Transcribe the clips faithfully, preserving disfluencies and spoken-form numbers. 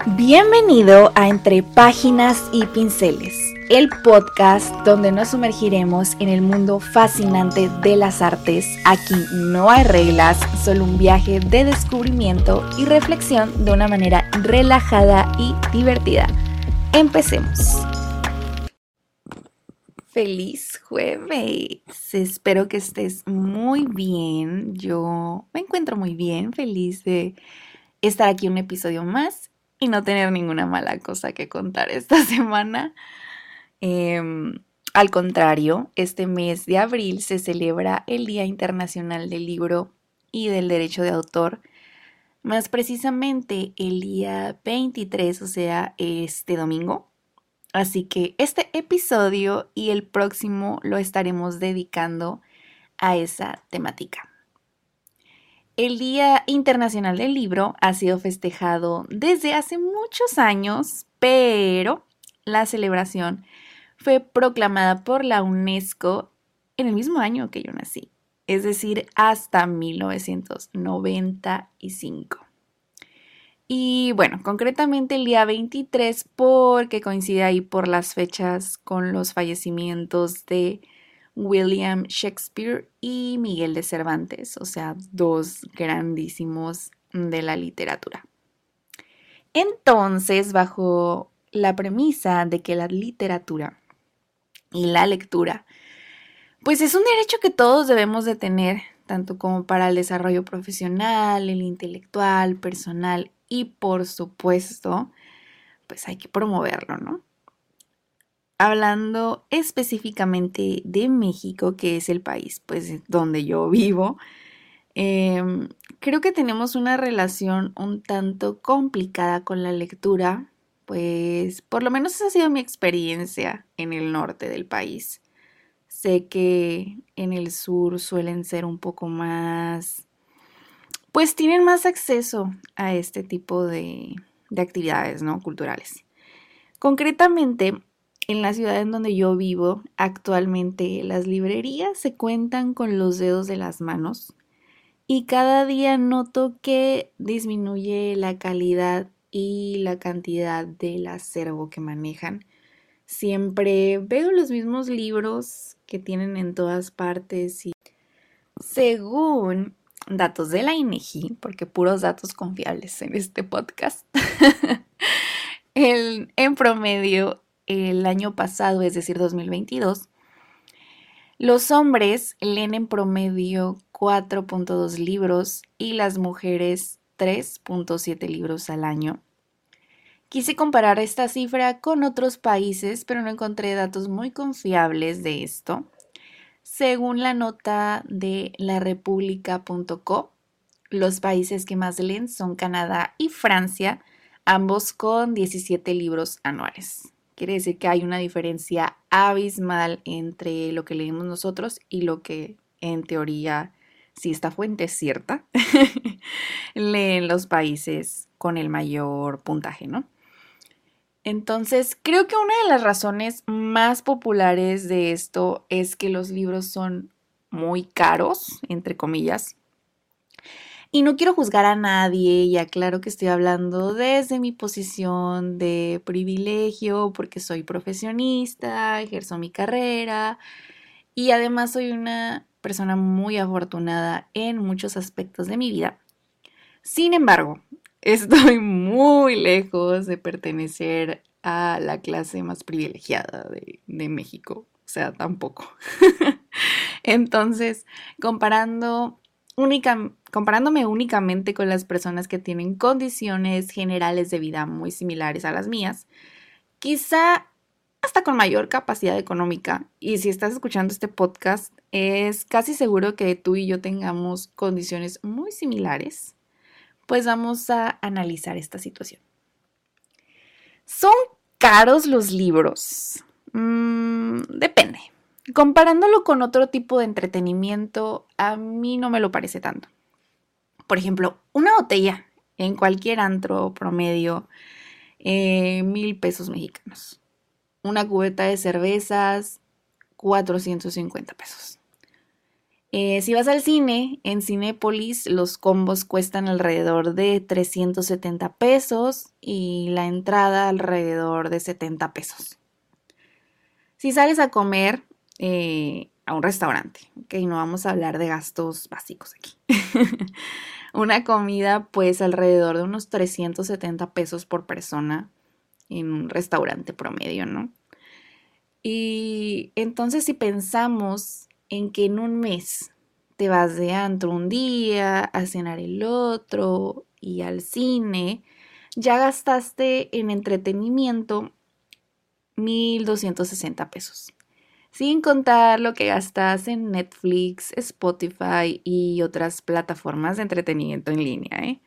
Bienvenido a Entre Páginas y Pinceles, el podcast donde nos sumergiremos en el mundo fascinante de las artes. Aquí no hay reglas, solo un viaje de descubrimiento y reflexión de una manera relajada y divertida. Empecemos. ¡Feliz jueves! Espero que estés muy bien. Yo me encuentro muy bien, feliz de estar aquí un episodio más y no tener ninguna mala cosa que contar esta semana. Eh, al contrario, este mes de abril se celebra el Día Internacional del Libro y del Derecho de Autor, más precisamente el día veintitrés, o sea, este domingo. Así que este episodio y el próximo lo estaremos dedicando a esa temática. El Día Internacional del Libro ha sido festejado desde hace muchos años, pero la celebración fue proclamada por la UNESCO en el mismo año que yo nací, es decir, hasta mil novecientos noventa y cinco. Y bueno, concretamente el día veintitrés porque coincide ahí por las fechas con los fallecimientos de William Shakespeare y Miguel de Cervantes, o sea, dos grandísimos de la literatura. Entonces, bajo la premisa de que la literatura y la lectura, pues es un derecho que todos debemos de tener, tanto como para el desarrollo profesional, el intelectual, personal y, por supuesto, pues hay que promoverlo, ¿no? Hablando específicamente de México, que es el país pues donde yo vivo, eh, creo que tenemos una relación un tanto complicada con la lectura, pues por lo menos esa ha sido mi experiencia en el norte del país. Sé que en el sur suelen ser un poco más, pues tienen más acceso a este tipo de, de actividades, ¿no? Culturales. Concretamente, en la ciudad en donde yo vivo, actualmente las librerías se cuentan con los dedos de las manos y cada día noto que disminuye la calidad y la cantidad del acervo que manejan. Siempre veo los mismos libros que tienen en todas partes y según datos de la INEGI, porque puros datos confiables en este podcast, el, en promedio el año pasado, es decir, dos mil veintidós, los hombres leen en promedio cuatro punto dos libros y las mujeres tres punto siete libros al año. Quise comparar esta cifra con otros países, pero no encontré datos muy confiables de esto. Según la nota de la república punto co, los países que más leen son Canadá y Francia, ambos con diecisiete libros anuales. Quiere decir que hay una diferencia abismal entre lo que leemos nosotros y lo que en teoría, si esta fuente es cierta, leen los países con el mayor puntaje, ¿no? Entonces, creo que una de las razones más populares de esto es que los libros son muy caros, entre comillas. Y no quiero juzgar a nadie, y aclaro que estoy hablando desde mi posición de privilegio, porque soy profesionista, ejerzo mi carrera y además soy una persona muy afortunada en muchos aspectos de mi vida. Sin embargo, estoy muy lejos de pertenecer a la clase más privilegiada de, de México, o sea, tampoco. Entonces, comparando única, comparándome únicamente con las personas que tienen condiciones generales de vida muy similares a las mías, quizá hasta con mayor capacidad económica, y si estás escuchando este podcast, es casi seguro que tú y yo tengamos condiciones muy similares, pues vamos a analizar esta situación. ¿Son caros los libros? Mm, depende. Comparándolo con otro tipo de entretenimiento, a mí no me lo parece tanto. Por ejemplo, una botella en cualquier antro promedio, eh, mil pesos mexicanos. Una cubeta de cervezas, cuatrocientos cincuenta pesos. Eh, si vas al cine, en Cinépolis los combos cuestan alrededor de trescientos setenta pesos y la entrada alrededor de setenta pesos. Si sales a comer eh, a un restaurante, ok, no vamos a hablar de gastos básicos aquí. Una comida pues alrededor de unos trescientos setenta pesos por persona en un restaurante promedio, ¿no? Y entonces si pensamos en que en un mes te vas de antro un día, a cenar el otro y al cine, ya gastaste en entretenimiento mil doscientos sesenta pesos. Sin contar lo que gastas en Netflix, Spotify y otras plataformas de entretenimiento en línea, ¿eh?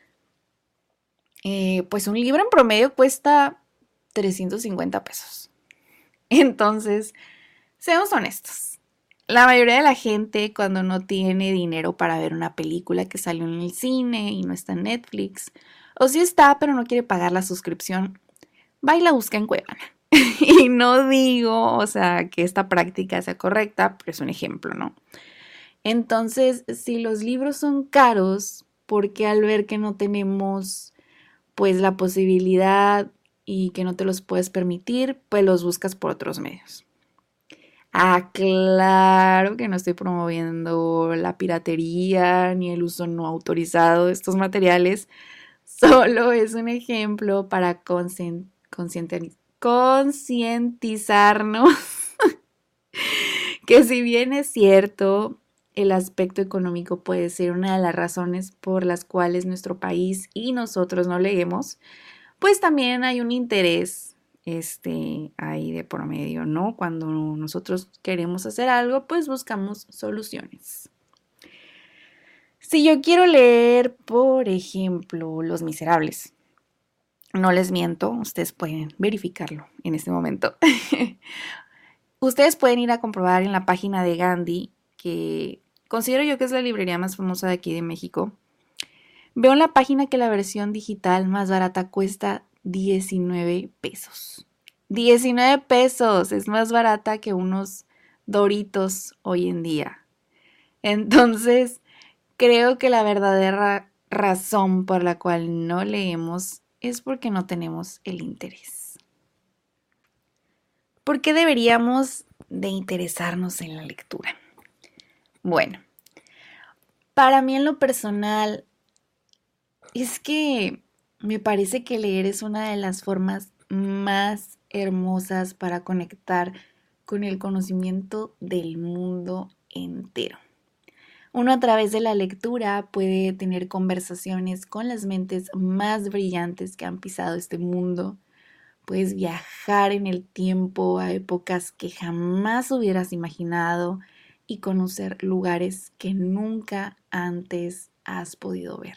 Eh, pues un libro en promedio cuesta trescientos cincuenta pesos. Entonces, seamos honestos. La mayoría de la gente cuando no tiene dinero para ver una película que salió en el cine y no está en Netflix, o si está pero no quiere pagar la suscripción, va y la busca en Cuevana. Y no digo, o sea, que esta práctica sea correcta, pero es un ejemplo, ¿no? Entonces, si los libros son caros, porque al ver que no tenemos pues la posibilidad y que no te los puedes permitir, pues los buscas por otros medios? Ah, claro que no estoy promoviendo la piratería ni el uso no autorizado de estos materiales. Solo es un ejemplo para conscien- conscienti- concientizarnos que si bien es cierto, el aspecto económico puede ser una de las razones por las cuales nuestro país y nosotros no leemos, pues también hay un interés este, ahí de por medio, ¿no? Cuando nosotros queremos hacer algo, pues buscamos soluciones. Si yo quiero leer, por ejemplo, Los Miserables, no les miento, ustedes pueden verificarlo en este momento. Ustedes pueden ir a comprobar en la página de Gandhi, que considero yo que es la librería más famosa de aquí de México. Veo en la página que la versión digital más barata cuesta diecinueve pesos. diecinueve pesos, es más barata que unos Doritos hoy en día. Entonces, creo que la verdadera razón por la cual no leemos es porque no tenemos el interés. ¿Por qué deberíamos de interesarnos en la lectura? Bueno, para mí en lo personal es que me parece que leer es una de las formas más hermosas para conectar con el conocimiento del mundo entero. Uno a través de la lectura puede tener conversaciones con las mentes más brillantes que han pisado este mundo. Puedes viajar en el tiempo a épocas que jamás hubieras imaginado y conocer lugares que nunca antes has podido ver.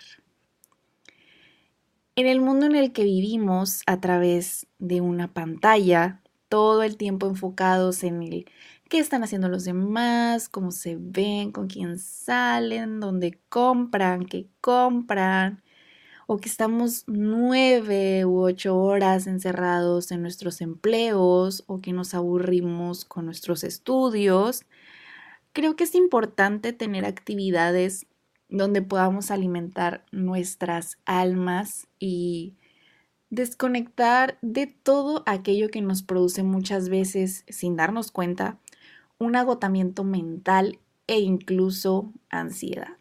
En el mundo en el que vivimos a través de una pantalla, todo el tiempo enfocados en el qué están haciendo los demás, cómo se ven, con quién salen, dónde compran, qué compran, o que estamos nueve u ocho horas encerrados en nuestros empleos, o que nos aburrimos con nuestros estudios. Creo que es importante tener actividades donde podamos alimentar nuestras almas y desconectar de todo aquello que nos produce muchas veces, sin darnos cuenta, un agotamiento mental e incluso ansiedad.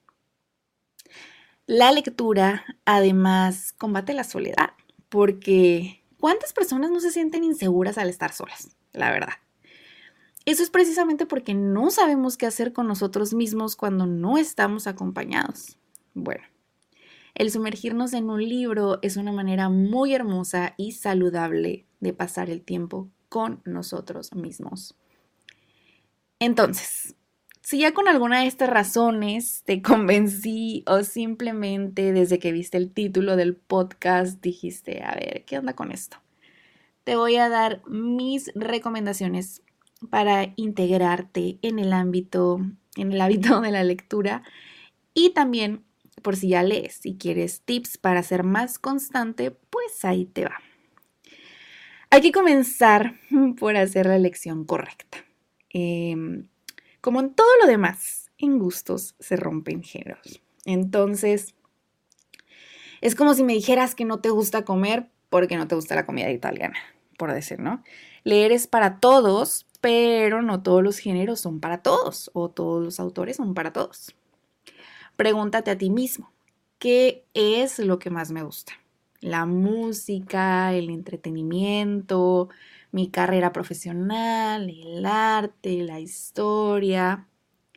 La lectura, además, combate la soledad, porque ¿cuántas personas no se sienten inseguras al estar solas? La verdad. Eso es precisamente porque no sabemos qué hacer con nosotros mismos cuando no estamos acompañados. Bueno, el sumergirnos en un libro es una manera muy hermosa y saludable de pasar el tiempo con nosotros mismos. Entonces, si ya con alguna de estas razones te convencí o simplemente desde que viste el título del podcast dijiste, a ver, ¿qué onda con esto? Te voy a dar mis recomendaciones para integrarte en el ámbito, en el hábito de la lectura y también por si ya lees y quieres tips para ser más constante, pues ahí te va. Hay que comenzar por hacer la elección correcta. Eh, como en todo lo demás, en gustos se rompen géneros. Entonces, es como si me dijeras que no te gusta comer porque no te gusta la comida italiana, por decir, ¿no? Leer es para todos, pero no todos los géneros son para todos o todos los autores son para todos. Pregúntate a ti mismo, ¿qué es lo que más me gusta? La música, el entretenimiento, mi carrera profesional, el arte, la historia.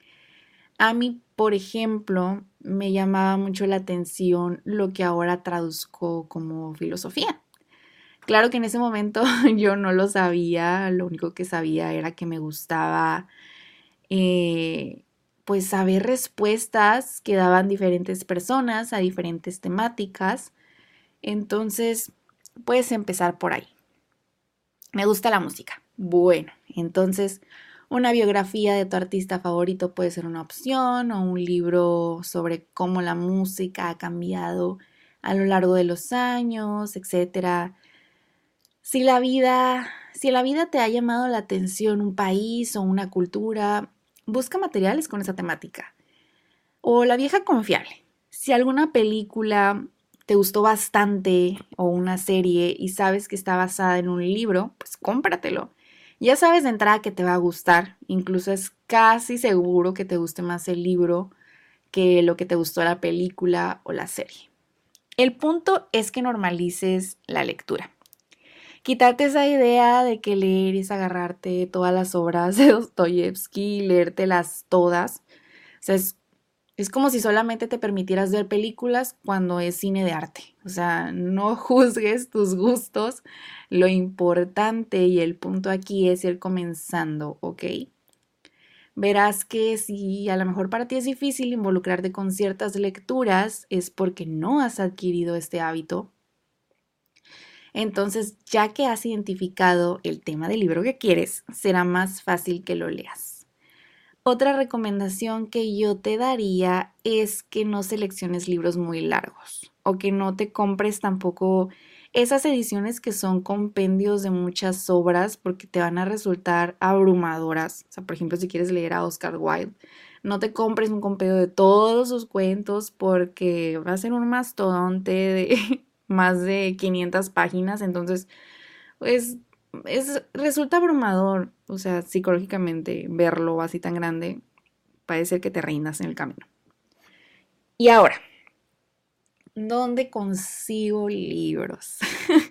A mí, por ejemplo, me llamaba mucho la atención lo que ahora traduzco como filosofía. Claro que en ese momento yo no lo sabía, lo único que sabía era que me gustaba eh, pues saber respuestas que daban diferentes personas a diferentes temáticas. Entonces, puedes empezar por ahí. Me gusta la música. Bueno, entonces una biografía de tu artista favorito puede ser una opción o un libro sobre cómo la música ha cambiado a lo largo de los años, etcétera. Si la vida, si la vida te ha llamado la atención un país o una cultura, busca materiales con esa temática. O la vieja confiable. Si alguna película te gustó bastante o una serie y sabes que está basada en un libro, pues cómpratelo. Ya sabes de entrada que te va a gustar, incluso es casi seguro que te guste más el libro que lo que te gustó la película o la serie. El punto es que normalices la lectura. Quitarte esa idea de que leer es agarrarte todas las obras de Dostoyevsky, leértelas todas. O sea, es Es como si solamente te permitieras ver películas cuando es cine de arte. O sea, no juzgues tus gustos. Lo importante y el punto aquí es ir comenzando, ¿ok? Verás que si a lo mejor para ti es difícil involucrarte con ciertas lecturas, es porque no has adquirido este hábito. Entonces, ya que has identificado el tema del libro que quieres, será más fácil que lo leas. Otra recomendación que yo te daría es que no selecciones libros muy largos o que no te compres tampoco esas ediciones que son compendios de muchas obras porque te van a resultar abrumadoras. O sea, por ejemplo, si quieres leer a Oscar Wilde, no te compres un compendio de todos sus cuentos porque va a ser un mastodonte de más de quinientas páginas. Entonces, pues es, resulta abrumador, o sea, psicológicamente verlo así tan grande, parece que te rindas en el camino. Y ahora, ¿dónde consigo libros?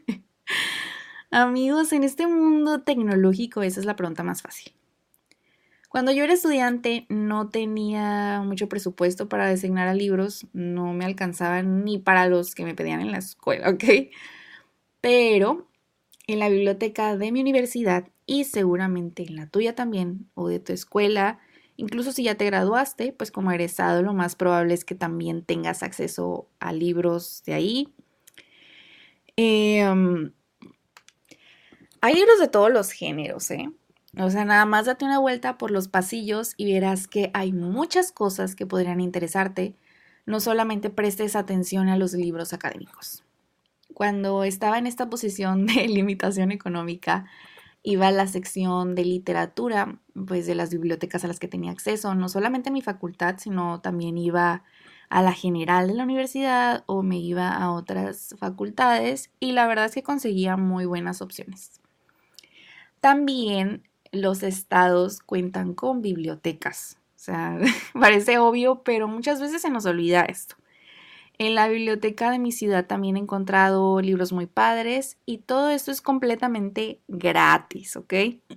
Amigos, en este mundo tecnológico esa es la pregunta más fácil. Cuando yo era estudiante no tenía mucho presupuesto para designar a libros, no me alcanzaba ni para los que me pedían en la escuela, ¿ok? Pero en la biblioteca de mi universidad y seguramente en la tuya también o de tu escuela, incluso si ya te graduaste, pues como egresado lo más probable es que también tengas acceso a libros de ahí. Eh, um, hay libros de todos los géneros, ¿eh? O sea, nada más date una vuelta por los pasillos y verás que hay muchas cosas que podrían interesarte. No solamente prestes atención a los libros académicos. Cuando estaba en esta posición de limitación económica, iba a la sección de literatura, pues de las bibliotecas a las que tenía acceso, no solamente a mi facultad, sino también iba a la general de la universidad o me iba a otras facultades y la verdad es que conseguía muy buenas opciones. También los estados cuentan con bibliotecas, o sea, parece obvio, pero muchas veces se nos olvida esto. En la biblioteca de mi ciudad también he encontrado libros muy padres y todo esto es completamente gratis, ¿ok?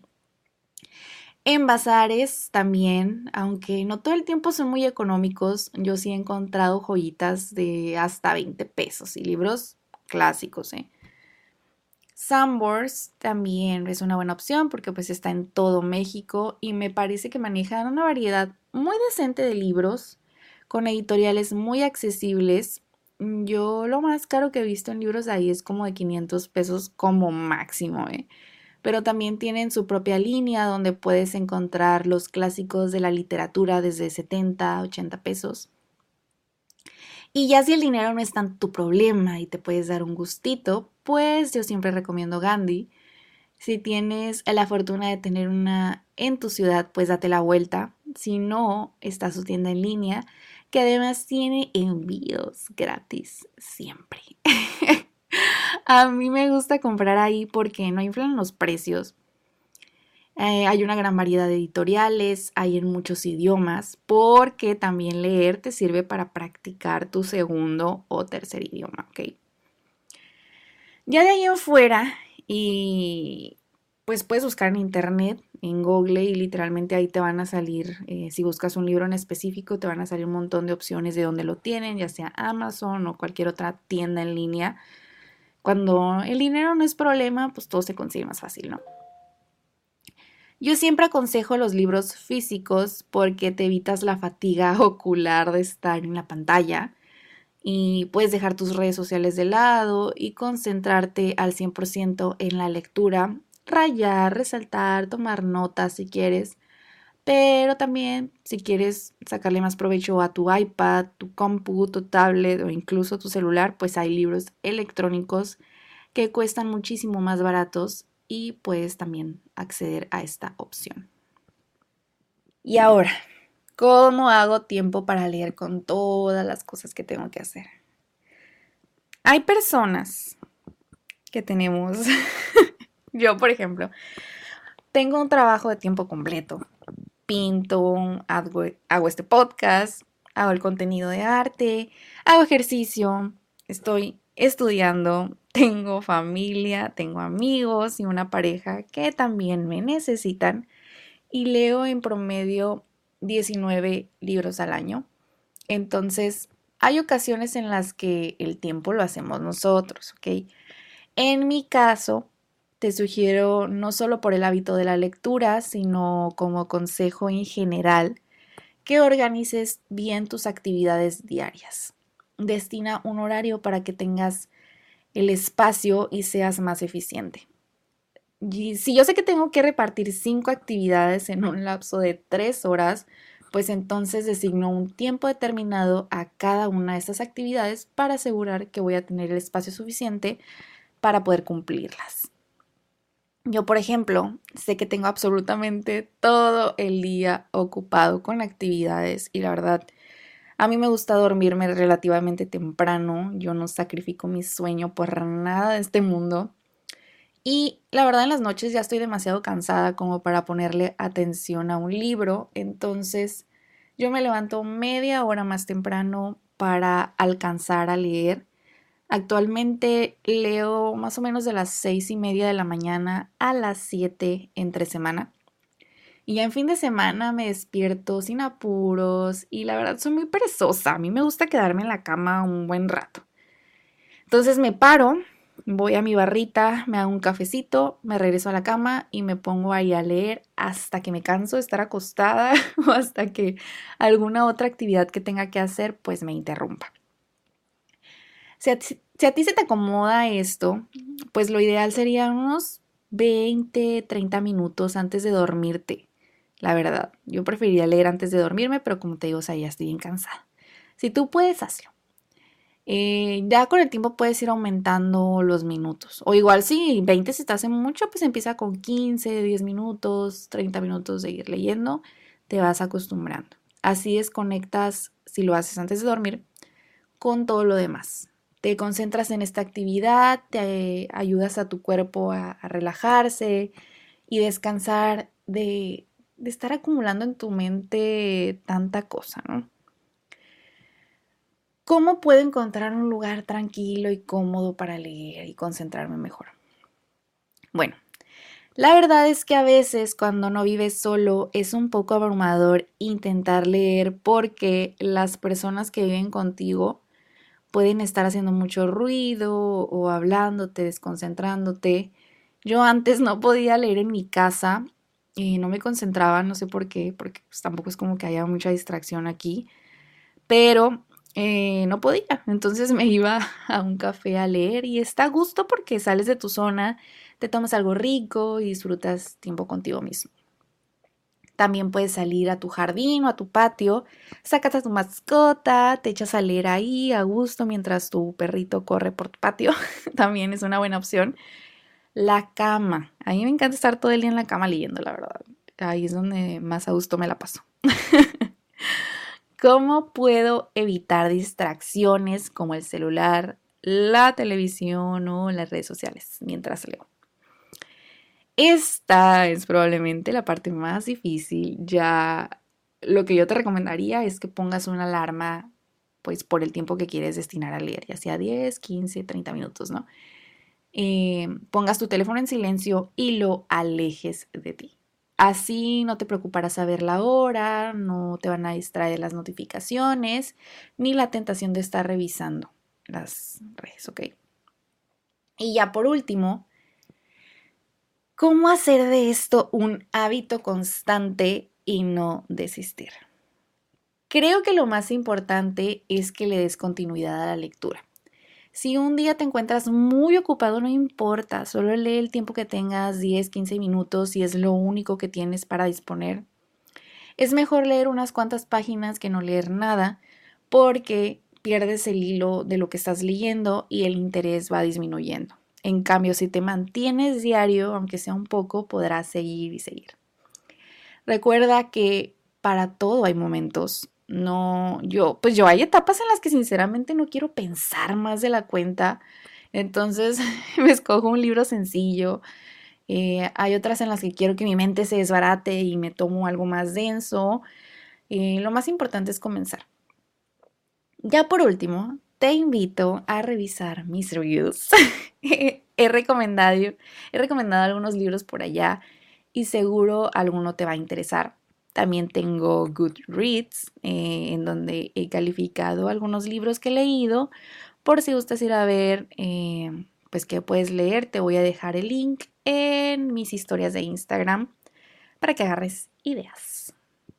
En bazares también, aunque no todo el tiempo son muy económicos, yo sí he encontrado joyitas de hasta veinte pesos y libros clásicos, ¿eh? Sanborns también es una buena opción porque pues está en todo México y me parece que manejan una variedad muy decente de libros con editoriales muy accesibles. Yo lo más caro que he visto en libros de ahí es como de quinientos pesos como máximo, ¿eh? Pero también tienen su propia línea donde puedes encontrar los clásicos de la literatura desde setenta, ochenta pesos. Y ya si el dinero no es tanto tu problema y te puedes dar un gustito, pues yo siempre recomiendo Gandhi. Si tienes la fortuna de tener una en tu ciudad, pues date la vuelta. Si no, está su tienda en línea, que además tiene envíos gratis siempre. A mí me gusta comprar ahí porque no inflan los precios. Eh, hay una gran variedad de editoriales, hay en muchos idiomas, porque también leer te sirve para practicar tu segundo o tercer idioma, ¿ok? Ya de ahí en fuera, y pues puedes buscar en internet, en Google, y literalmente ahí te van a salir, eh, si buscas un libro en específico, te van a salir un montón de opciones de dónde lo tienen, ya sea Amazon o cualquier otra tienda en línea. Cuando el dinero no es problema, pues todo se consigue más fácil, ¿no? Yo siempre aconsejo los libros físicos porque te evitas la fatiga ocular de estar en la pantalla y puedes dejar tus redes sociales de lado y concentrarte al cien por ciento en la lectura, rayar, resaltar, tomar notas si quieres, pero también si quieres sacarle más provecho a tu iPad, tu compu, tu tablet o incluso tu celular, pues hay libros electrónicos que cuestan muchísimo más baratos y puedes también acceder a esta opción. Y ahora, ¿cómo hago tiempo para leer con todas las cosas que tengo que hacer? Hay personas que tenemos, yo por ejemplo, tengo un trabajo de tiempo completo. Pinto, hago, hago este podcast, hago el contenido de arte, hago ejercicio, estoy estudiando, tengo familia, tengo amigos y una pareja que también me necesitan y leo en promedio diecinueve libros al año. Entonces, hay ocasiones en las que el tiempo lo hacemos nosotros, ¿ok? En mi caso, te sugiero no solo por el hábito de la lectura, sino como consejo en general, que organices bien tus actividades diarias. Destina un horario para que tengas el espacio y seas más eficiente. Y si yo sé que tengo que repartir cinco actividades en un lapso de tres horas, pues entonces designo un tiempo determinado a cada una de estas actividades para asegurar que voy a tener el espacio suficiente para poder cumplirlas. Yo, por ejemplo, sé que tengo absolutamente todo el día ocupado con actividades y la verdad, a mí me gusta dormirme relativamente temprano. Yo no sacrifico mi sueño por nada de este mundo. Y la verdad, en las noches ya estoy demasiado cansada como para ponerle atención a un libro. Entonces, yo me levanto media hora más temprano para alcanzar a leer. Actualmente leo más o menos de las seis y media de la mañana a las siete entre semana. Y ya en fin de semana me despierto sin apuros y la verdad soy muy perezosa. A mí me gusta quedarme en la cama un buen rato. Entonces me paro, voy a mi barrita, me hago un cafecito, me regreso a la cama y me pongo ahí a leer hasta que me canso de estar acostada o hasta que alguna otra actividad que tenga que hacer pues me interrumpa. Si a, ti, si a ti se te acomoda esto, pues lo ideal sería unos veinte, treinta minutos antes de dormirte. La verdad, yo preferiría leer antes de dormirme, pero como te digo, o sea, ya estoy bien cansada. Si tú puedes, hazlo. Eh, ya con el tiempo puedes ir aumentando los minutos. O igual si veinte se te hace mucho, pues empieza con quince, diez minutos, treinta minutos de ir leyendo. Te vas acostumbrando. Así desconectas, si lo haces antes de dormir, con todo lo demás. Te concentras en esta actividad, te ayudas a tu cuerpo a, a relajarse y descansar de, de estar acumulando en tu mente tanta cosa, ¿no? ¿Cómo puedo encontrar un lugar tranquilo y cómodo para leer y concentrarme mejor? Bueno, la verdad es que a veces cuando no vives solo es un poco abrumador intentar leer porque las personas que viven contigo pueden estar haciendo mucho ruido o hablándote, desconcentrándote. Yo antes no podía leer en mi casa y no me concentraba, no sé por qué, porque pues tampoco es como que haya mucha distracción aquí, pero eh, no podía. Entonces me iba a un café a leer y está a gusto porque sales de tu zona, te tomas algo rico y disfrutas tiempo contigo mismo. También puedes salir a tu jardín o a tu patio, sacas a tu mascota, te echas a leer ahí a gusto mientras tu perrito corre por tu patio. También es una buena opción. La cama. A mí me encanta estar todo el día en la cama leyendo, la verdad. ahí es donde más a gusto me la paso. ¿Cómo puedo evitar distracciones como el celular, la televisión o las redes sociales mientras leo? Esta es probablemente la parte más difícil. Ya lo que yo te recomendaría es que pongas una alarma, pues por el tiempo que quieres destinar a leer, ya sea diez, quince, treinta minutos, ¿no? Eh, pongas tu teléfono en silencio y lo alejes de ti. Así no te preocuparás a ver la hora, no te van a distraer las notificaciones, ni la tentación de estar revisando las redes, ¿ok? Y ya por último, ¿cómo hacer de esto un hábito constante y no desistir? Creo que lo más importante es que le des continuidad a la lectura. Si un día te encuentras muy ocupado, no importa, solo lee el tiempo que tengas, diez, quince minutos, si es lo único que tienes para disponer. Es mejor leer unas cuantas páginas que no leer nada, porque pierdes el hilo de lo que estás leyendo y el interés va disminuyendo. En cambio, si te mantienes diario, aunque sea un poco, podrás seguir y seguir. Recuerda que para todo hay momentos. No, yo, pues yo hay etapas en las que sinceramente no quiero pensar más de la cuenta. Entonces me escojo un libro sencillo. Eh, hay otras en las que quiero que mi mente se desbarate y me tomo algo más denso. Eh, lo más importante es comenzar. Ya por último, te invito a revisar mis reviews. he recomendado, he recomendado algunos libros por allá y seguro alguno te va a interesar. También tengo Goodreads, eh, en donde he calificado algunos libros que he leído. Por si gustas ir a ver, eh, pues qué puedes leer, te voy a dejar el link en mis historias de Instagram para que agarres ideas.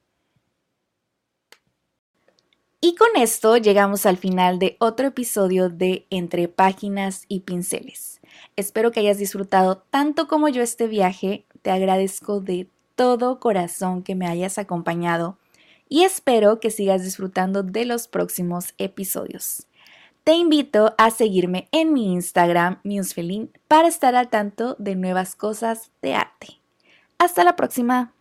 Y con esto llegamos al final de otro episodio de Entre Páginas y Pinceles. Espero que hayas disfrutado tanto como yo este viaje. Te agradezco de todo corazón que me hayas acompañado y espero que sigas disfrutando de los próximos episodios. Te invito a seguirme en mi Instagram, Musefelin, para estar al tanto de nuevas cosas de arte. Hasta la próxima.